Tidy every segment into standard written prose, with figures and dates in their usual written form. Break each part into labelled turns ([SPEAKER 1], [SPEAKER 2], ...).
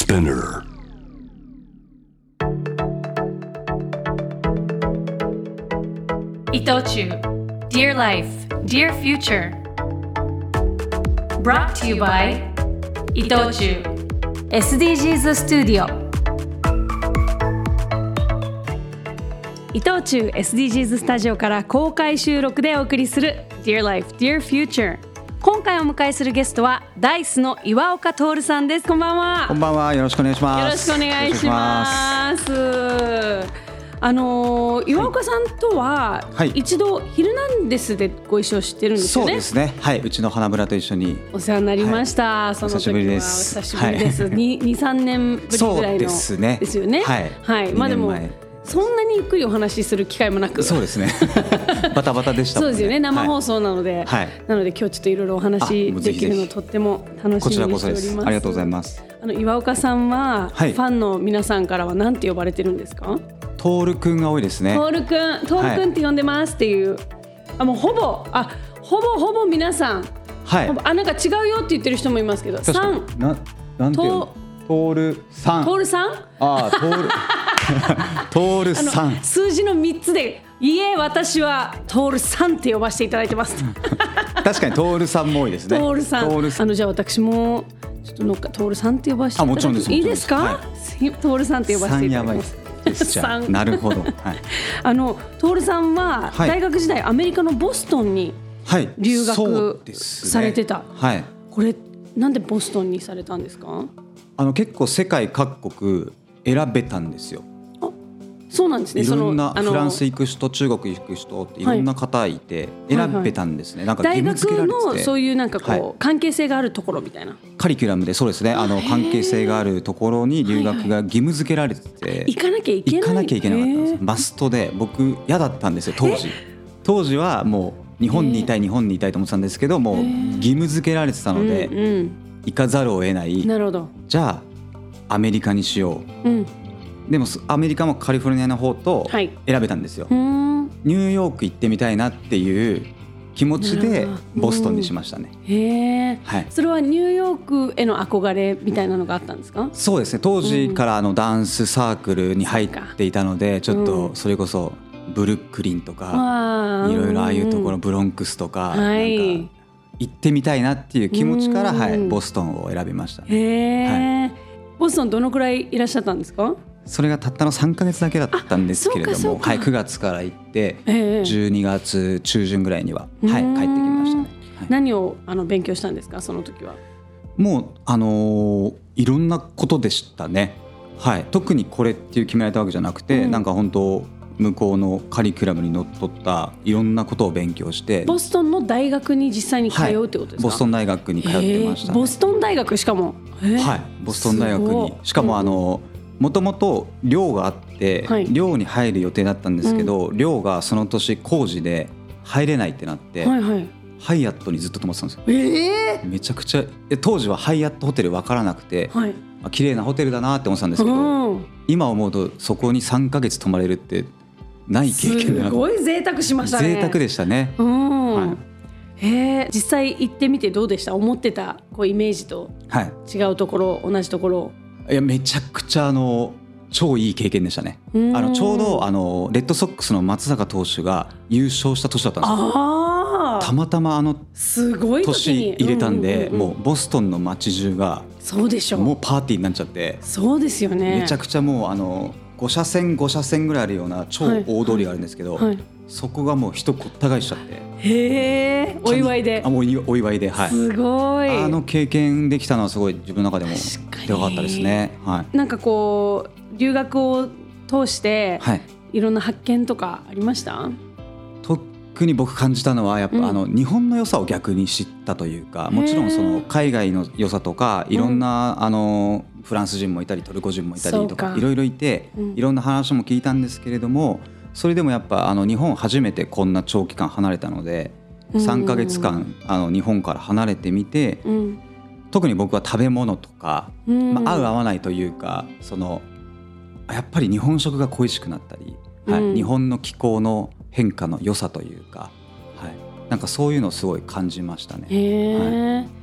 [SPEAKER 1] Spinner.
[SPEAKER 2] 伊藤忠 Dear Life, Dear Future Brought to you by 伊藤忠 SDGs スタジオ。伊藤忠 SDGs スタジオから公開収録でお送りする Dear Life, Dear Future。今回お迎えするゲストはダイスの岩岡徹さんです。こんばんは。
[SPEAKER 3] こんばんは。よろしくお願いします。
[SPEAKER 2] よろしくお願いします。岩岡さんとは、一度ヒルナンデスでご一緒してるんですよね。
[SPEAKER 3] そうですね。はい。うちの花村と一緒に
[SPEAKER 2] お世話になりました。その時はお久しぶりです。2、3年ぶりぐらいのですよね。はい。まあでもそんなにゆっくりお話しする機会もなく、
[SPEAKER 3] そうですね。バタバタでしたもんね。
[SPEAKER 2] そうですよね。生放送なので、なので今日ちょっといろいろお話できるのとっても楽しみにしております。こちらこそです。あ
[SPEAKER 3] りがとうございます。
[SPEAKER 2] 岩岡さんは、ファンの皆さんからは何て呼ばれてるんですか？
[SPEAKER 3] トールくんが多いですね。
[SPEAKER 2] トールくんって呼んでますっていう、もうほぼ皆さん、なんか違うよって言ってる人もいますけど、さん
[SPEAKER 3] なんていうの？トールさん。
[SPEAKER 2] トールさん？
[SPEAKER 3] トールさん。
[SPEAKER 2] 数字の3つで、いえ私はトールさんって呼ばせていただいてます。
[SPEAKER 3] 確かにトールさんも多いですね。
[SPEAKER 2] トールさん。じゃあ私もちょっとトールさんって呼ばせていただいてもいいですか？トールさんって呼ばせていただきます。
[SPEAKER 3] なるほど。
[SPEAKER 2] トールさんは大学時代、アメリカのボストンに留学されてた。これなんでボストンにされたんですか？
[SPEAKER 3] 結構世界各国選べたんですよ。
[SPEAKER 2] そうなんですね。
[SPEAKER 3] いろんなフランス行く人、中国行く人っていろんな方いて選べたんですね。なんか義務付けられてて、
[SPEAKER 2] 大学のそういうなんかこう関係性があるところみたいな
[SPEAKER 3] カリキュラムで、そうですね。関係性があるところに留学が義務付けられてて、
[SPEAKER 2] 行かなきゃいけなかったん
[SPEAKER 3] です。マストで、僕嫌だったんですよ当時はもう日本にいたいと思ってたんですけど、もう義務付けられてたので行かざるを得ない。
[SPEAKER 2] なるほど。
[SPEAKER 3] じゃあアメリカにしよう。でもアメリカもカリフォルニアの方と選べたんですよ。ニューヨーク行ってみたいなっていう気持ちでボストンにしましたね。それはニューヨークへの憧れみたいなのがあったんですか？そうですね。当時からダンスサークルに入っていたので、ちょっとそれこそブルックリンとかいろいろああいうところ、ブロンクスとか、なんか行ってみたいなっていう気持ちから、ボストンを選びましたね。
[SPEAKER 2] ボストンどのくらいいらっしゃったんですか？
[SPEAKER 3] それがたったの3ヶ月だけだったんですけれども、9月から行って12月中旬ぐらいには、帰ってきましたね。
[SPEAKER 2] 何を勉強したんですか、その時は？
[SPEAKER 3] もういろんなことでしたね。特にこれっていう決められたわけじゃなくて、なんか本当向こうのカリキュラムにのっとったいろんなことを勉強して。
[SPEAKER 2] ボストンの大学に実際に通うってことですか？
[SPEAKER 3] ボストン大学に通ってましたね。
[SPEAKER 2] ボストン大学、しかも
[SPEAKER 3] ボストン大学に、しかももともと寮があって、寮に入る予定だったんですけど、寮がその年工事で入れないってなって、ハイアットにずっと泊まってたんですよ。めちゃくちゃ当時はハイアットホテル分からなくて、綺麗なホテルだなって思ってたんですけど、今思うとそこに3ヶ月泊まれるってない経験だな。
[SPEAKER 2] すごい贅沢しましたね。
[SPEAKER 3] 贅沢でしたね。
[SPEAKER 2] 実際行ってみてどうでした？思ってたイメージと違うところ、同じところ？
[SPEAKER 3] いや、めちゃくちゃ超いい経験でしたね。ちょうどレッドソックスの松坂投手が優勝した年だったんですよ。たまたますごい年入れたんで、もうボストンの街中が
[SPEAKER 2] そうでしょう、
[SPEAKER 3] もうパーティーになっちゃって。そうですよね。めちゃくちゃもう5車線ぐらいあるような超大通りがあるんですけど、そこがもう人ごった返しちゃって。
[SPEAKER 2] お祝いで。
[SPEAKER 3] お祝いで。
[SPEAKER 2] すごい。
[SPEAKER 3] 経験できたのはすごい自分の中でも良かったですね。
[SPEAKER 2] なんか留学を通していろんな発見とかありました？
[SPEAKER 3] 特に僕感じたのはやっぱ、日本の良さを逆に知ったというか、もちろんその海外の良さとかいろんな、フランス人もいたりトルコ人もいたりとかいろいろいて、いろんな話も聞いたんですけれども、それでもやっぱ日本初めてこんな長期間離れたので、3ヶ月間日本から離れてみて、特に僕は食べ物とか、合う合わないというか、やっぱり日本食が恋しくなったり、日本の気候の変化の良さというか、なんかそういうのをすごい感じましたね。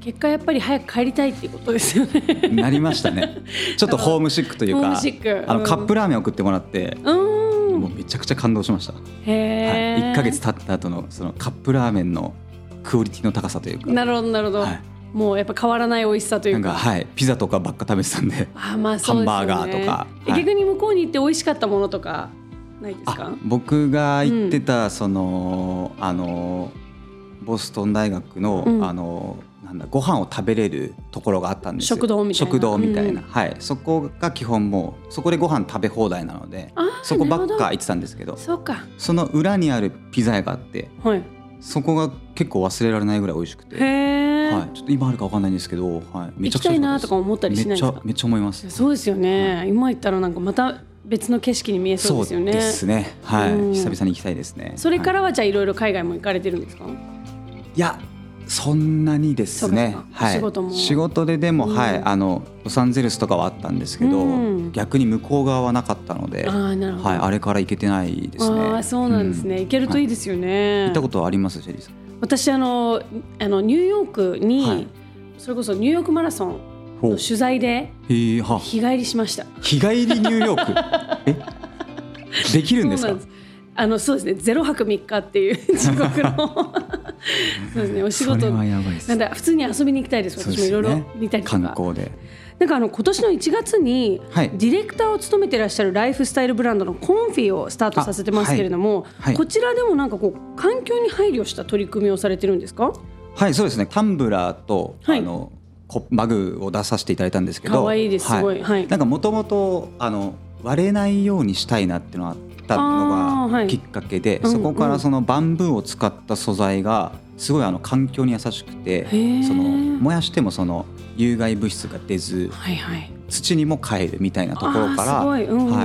[SPEAKER 2] 結果やっぱり早く帰りたいっていうことですよね。
[SPEAKER 3] なりましたね。ちょっとホームシックというか、
[SPEAKER 2] ホームシック、
[SPEAKER 3] カップラーメン送ってもらって、もうめちゃくちゃ感動しました。
[SPEAKER 2] へー、
[SPEAKER 3] 1ヶ月経った後のそのカップラーメンのクオリティの高さというか。
[SPEAKER 2] なるほどなるほど、もうやっぱ変わらない美味しさというか、
[SPEAKER 3] ピザとかばっか食べてたんで、
[SPEAKER 2] まあそうですよね、
[SPEAKER 3] ハンバーガーとか、
[SPEAKER 2] 逆に向こうに行って美味しかったものとかないですか？
[SPEAKER 3] 僕が行ってたその、ボストン大学の、なんだご飯を食べれるところがあったんですよ。食堂みたいな、そこが基本もうそこでご飯食べ放題なので、そこばっか行ってたんですけど、その裏にあるピザ屋があって、そこが結構忘れられないぐらい美味しくて、ちょっと今あるか分かんないんですけど、めちゃくちゃ
[SPEAKER 2] 行きたいなとか思ったりしないですか？
[SPEAKER 3] めっちゃ思います。
[SPEAKER 2] そうですよね、今行ったらなんかまた別の景色に見えそうですよね。
[SPEAKER 3] そうですね、久々に行きたいですね。
[SPEAKER 2] それからはじゃあいろいろ海外も行かれてるんですか？
[SPEAKER 3] いやそんなにですね。仕事ででも、ロサンゼルスとかはあったんですけど、逆に向こう側はなかったので、あれから行けてないですね。
[SPEAKER 2] そうなんですね、行けるといいですよね。
[SPEAKER 3] 行ったことはあります？シェリーさん。
[SPEAKER 2] 私ニューヨークに、それこそニューヨークマラソンの取材で日帰りしました。日帰りニューヨークできるんですか？そうですね、0泊3日っていう地獄のそうですね、お仕事なんだ、普通に遊びに行きたいです。私もいろいろ見たりとか、観光でなんか今年の1月にディレクターを務めてらっしゃるライフスタイルブランドのコンフィをスタートさせてますけれども、こちらでもなんかこう環境に配慮した取り組みをされてるんですか？はい、そうですね。タンブラーと、マグを出させていただいたんですけど、可愛いです、すごい。なんかもともと割れないようにしたいなっていうのがあったのがきっかけで、そこからそのバンブーを使った素材がすごい環境に優しくて、その燃やしてもその有害物質が出ず、土にも帰るみたいなところから、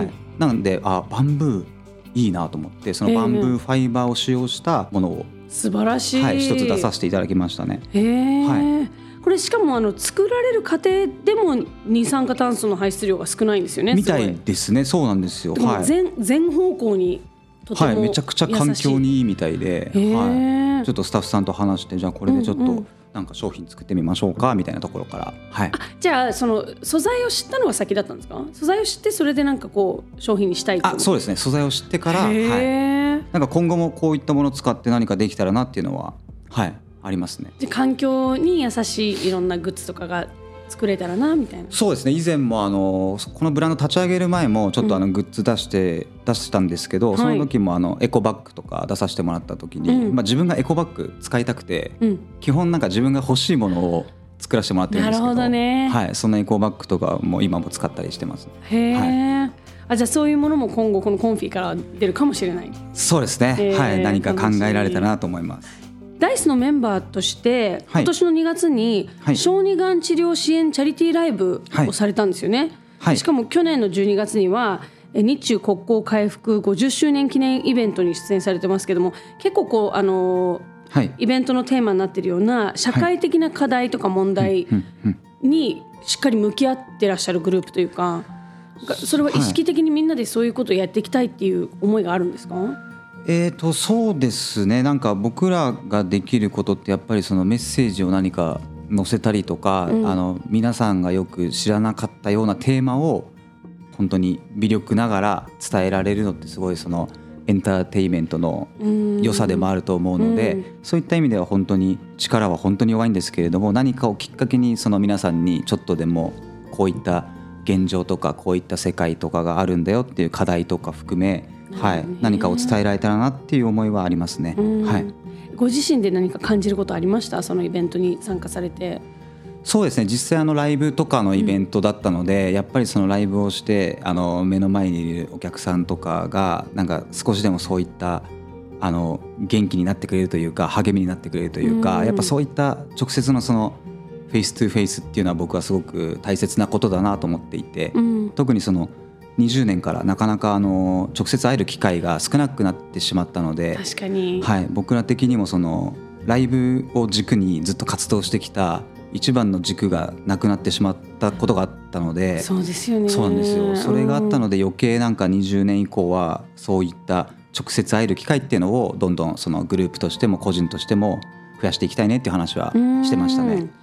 [SPEAKER 2] なのでバンブーいいなと思って、そのバンブーファイバーを使用したものを素晴らしい、一つ出させていただきましたね。これしかも作られる過程でも二酸化炭素の排出量が少ないんですよね。みたいですね。そうなんですよ。全方向にとてもめちゃくちゃ環境にいいみたいで、ちょっとスタッフさんと話して、じゃあこれでちょっとなんか商品作ってみましょうかみたいなところから、じゃあその素材を知ったのが先だったんですか？素材を知ってそれでなんかこう商品にしたいって。そうですね、素材を知ってから、なんか今後もこういったものを使って何かできたらなっていうのはありますね。で環境に優しいいろんなグッズとかが作れたらなみたいな。そうですね。以前もこのブランド立ち上げる前もちょっとグッズ出したんですけど、その時もエコバッグとか出させてもらった時に、自分がエコバッグ使いたくて、基本なんか自分が欲しいものを作らせてもらってるんですけど、なるほどね。そのエコバッグとかも今も使ったりしてます。へー、じゃあそういうものも今後このコンフィから出るかもしれない。そうですね、何か考えられたらなと思います。ダイスのメンバーとして今年の2月に小児がん治療支援チャリティーライブをされたんですよね。しかも去年の12月には日中国交回復50周年記念イベントに出演されてますけども、結構こうイベントのテーマになっているような社会的な課題とか問題にしっかり向き合ってらっしゃるグループというか、それは意識的にみんなでそういうことをやっていきたいっていう思いがあるんですか？そうですね。なんか僕らができることってやっぱりそのメッセージを何か載せたりとか、皆さんがよく知らなかったようなテーマを本当に微力ながら伝えられるのってすごいそのエンターテインメントの良さでもあると思うので、そういった意味では本当に力は本当に弱いんですけれども、何かをきっかけにその皆さんにちょっとでもこういった現状とかこういった世界とかがあるんだよっていう課題とか含め、何かを伝えられたらなっていう思いはありますね。ご自身で何か感じることありました？そのイベントに参加されて。そうですね、実際ライブとかのイベントだったので、やっぱりそのライブをして目の前にいるお客さんとかがなんか少しでもそういった元気になってくれるというか励みになってくれるというか、やっぱそういった直接のそのフェイストゥフェイスっていうのは僕はすごく大切なことだなと思っていて、特にその20年からなかなか直接会える機会が少なくなってしまったので、確かに、僕ら的にもそのライブを軸にずっと活動してきた一番の軸がなくなってしまったことがあったので。そうですよね。そうなんですよ。それがあったので余計なんか20年以降はそういった直接会える機会っていうのをどんどんそのグループとしても個人としても増やしていきたいねっていう話はしてましたね。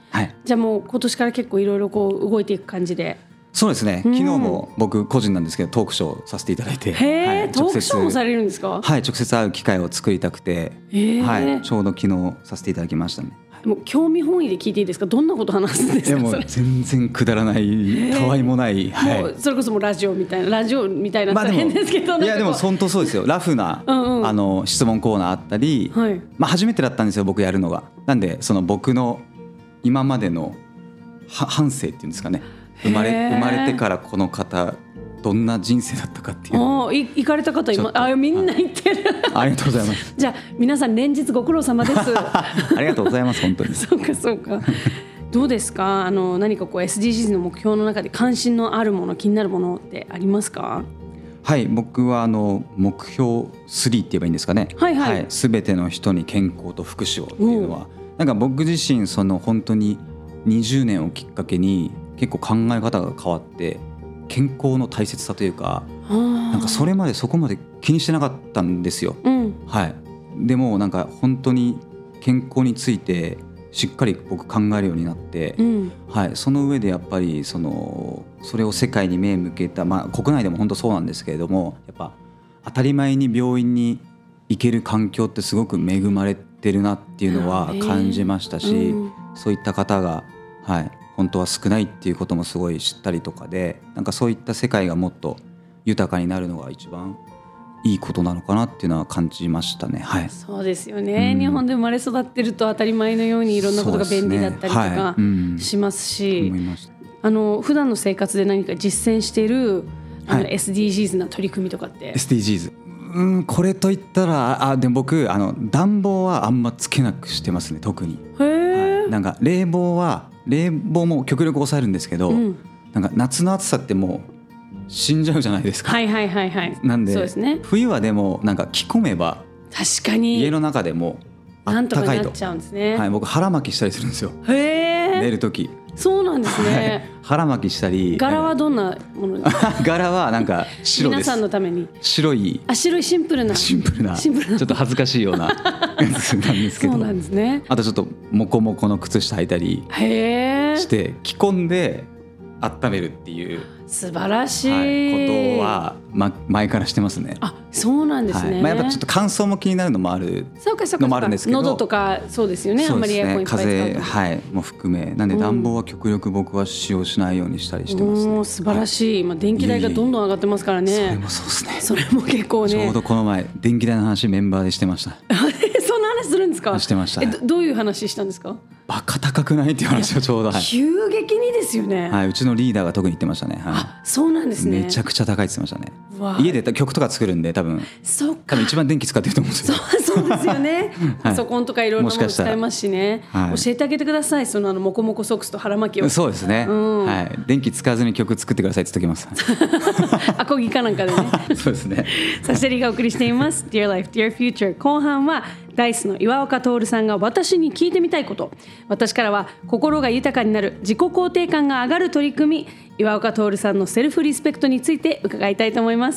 [SPEAKER 3] はい、
[SPEAKER 2] じゃあもう今年から結構いろいろこう動いていく感じで。
[SPEAKER 3] そうですね、昨日も僕個人なんですけどトークショーさせていただいて、
[SPEAKER 2] はい、トークショーもされるんですか？
[SPEAKER 3] はい、直接会う機会を作りたくて、はい、ちょうど昨日させていただきましたね。
[SPEAKER 2] もう興味本位で聞いていいですか？どんなこと話すんですか？
[SPEAKER 3] もう全然くだらないたわいもない、はい、
[SPEAKER 2] もうそれこそもうラジオみたいな大変ですけど、
[SPEAKER 3] いやでも本当そうですよ。ラフな質問コーナーあったり、はい、初めてだったんですよ僕やるのが。なんでその僕の今までの半生っていうんですかね、生まれてからこの方どんな人生だったかっていうのを
[SPEAKER 2] 行かれた方みんな行ってる
[SPEAKER 3] ありがとうございます。
[SPEAKER 2] じゃあ皆さん連日ご苦労様です
[SPEAKER 3] ありがとうございます本当に
[SPEAKER 2] そうかどうですか？何かこう SDGs の目標の中で関心のあるもの、気になるものってありますか？
[SPEAKER 3] はい、僕は目標3って言えばいいんですかね、はいはいはい、全ての人に健康と福祉をっていうのは、なんか僕自身本当に20年をきっかけに結構考え方が変わって、健康の大切さというか、なんかそれまでそこまで気にしてなかったんですよ、はい、でもなんか本当に健康についてしっかり僕考えるようになって、はい、その上でやっぱりそれを世界に目向けた、国内でも本当そうなんですけれども、やっぱ当たり前に病院に行ける環境ってすごく恵まれてるなっていうのは感じましたし、そういった方が、はい、本当は少ないっていうこともすごい知ったりとかで、なんかそういった世界がもっと豊かになるのが一番いいことなのかなっていうのは感じましたね、はい、
[SPEAKER 2] そうですよね、日本で生まれ育ってると当たり前のようにいろんなことが便利だったりとかしますし、普段の生活で何か実践しているSDGs な取り組みとかって。
[SPEAKER 3] SDGs、これといったらでも僕暖房はあんまつけなくしてますね特に。
[SPEAKER 2] へ
[SPEAKER 3] なんか冷房も極力抑えるんですけど、なんか夏の暑さってもう死んじゃうじゃないですか。
[SPEAKER 2] はいはいはいはい。
[SPEAKER 3] なんで、
[SPEAKER 2] そうですね、
[SPEAKER 3] 冬はでもなんか着込めば
[SPEAKER 2] 確かに
[SPEAKER 3] 家の中でもあったかいと、なんとかなっ
[SPEAKER 2] ちゃうんですね、
[SPEAKER 3] はい、僕腹巻きしたりするんですよ。寝るとき。
[SPEAKER 2] そうなんですね、はい、
[SPEAKER 3] 腹巻きしたり。
[SPEAKER 2] 柄はどんなものですか？
[SPEAKER 3] 柄はなんか白です。
[SPEAKER 2] 皆さんのために
[SPEAKER 3] 白い
[SPEAKER 2] シンプルな
[SPEAKER 3] ちょっと恥ずかしいようなやつなんですけど
[SPEAKER 2] そうなんですね。
[SPEAKER 3] あとちょっとモコモコの靴下履いたりして着込んで温めるっていう
[SPEAKER 2] 素晴らしい、
[SPEAKER 3] ことは、前からしてますね。
[SPEAKER 2] あ、そうなんですね、
[SPEAKER 3] やっぱちょっと乾燥も気になるのもあるんですけど、
[SPEAKER 2] 喉とかそうですよね、あんまりエアコンいっぱい使うと、
[SPEAKER 3] 風、も含めなんで暖房は極力僕は使用しないようにしたりしてますね。
[SPEAKER 2] 素晴らしい、電気代がどんどん上がってますからね。
[SPEAKER 3] それもそうですね。
[SPEAKER 2] それも結構ね、
[SPEAKER 3] ちょうどこの前電気代の話メンバーでしてました
[SPEAKER 2] そんな話するんですか？
[SPEAKER 3] してました。
[SPEAKER 2] どういう話したんですか？
[SPEAKER 3] バカ高くないっていう話をちょうど、
[SPEAKER 2] 急激にですよね、
[SPEAKER 3] はい、うちのリーダーが特に言ってましたね、
[SPEAKER 2] あ、そうなんですね。
[SPEAKER 3] めちゃくちゃ高いって言ってましたね。家で曲とか作るんで多分一番電気使ってると思うんですよ。
[SPEAKER 2] そうですよねパソコンとかいろいろなもの使いますしね、教えてあげてください、そのモコモコソックスと腹巻きを。
[SPEAKER 3] そうですね、はい、電気使わずに曲作ってくださいって言っておきます
[SPEAKER 2] アコギかなんかでね
[SPEAKER 3] そうですね。
[SPEAKER 2] サシテリがお送りしています Dear Life, Dear Future。 後半はダイスの岩岡徹さんが私に聞いてみたいこと、私からは心が豊かになる、自己肯定感が上がる取り組み、岩岡徹さんのセルフリスペクトについて伺いたいと思います。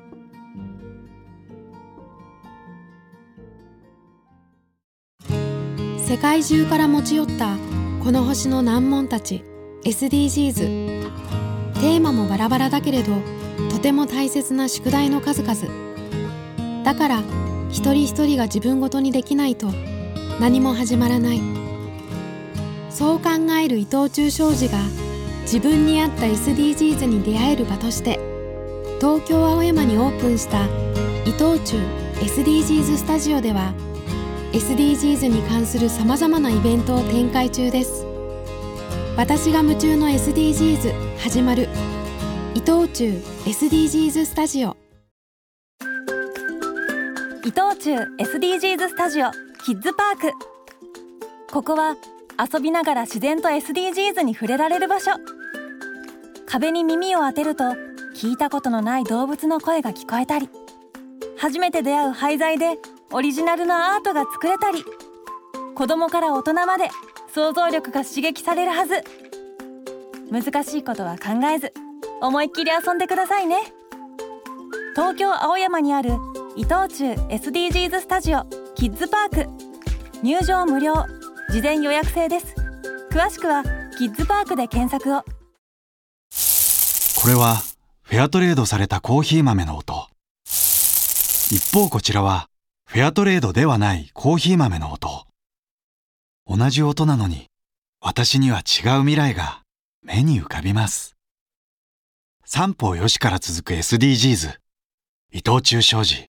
[SPEAKER 1] 世界中から持ち寄ったこの星の難問たち SDGs。 テーマもバラバラだけれどとても大切な宿題の数々だから、一人一人が自分ごとにできないと何も始まらない。そう考える伊藤忠商事が自分に合った SDGs に出会える場として東京青山にオープンした伊藤忠 SDGs スタジオでは SDGs に関するさまざまなイベントを展開中です。私が夢中の SDGs 始まる。伊藤忠 SDGs スタジオ。
[SPEAKER 4] 伊藤忠 SDGs スタジオキッズパーク。ここは遊びながら自然と SDGs に触れられる場所。壁に耳を当てると聞いたことのない動物の声が聞こえたり、初めて出会う廃材でオリジナルのアートが作れたり、子供から大人まで想像力が刺激されるはず。難しいことは考えず思いっきり遊んでくださいね。東京青山にある伊藤忠 SDGs スタジオキッズパーク。入場無料、事前予約制です。 詳しくはキッズパークで検索を。
[SPEAKER 5] これはフェアトレードされたコーヒー豆の音。一方こちらはフェアトレードではないコーヒー豆の音。同じ音なのに私には違う未来が目に浮かびます。三方よしから続く SDGs 伊藤忠商事。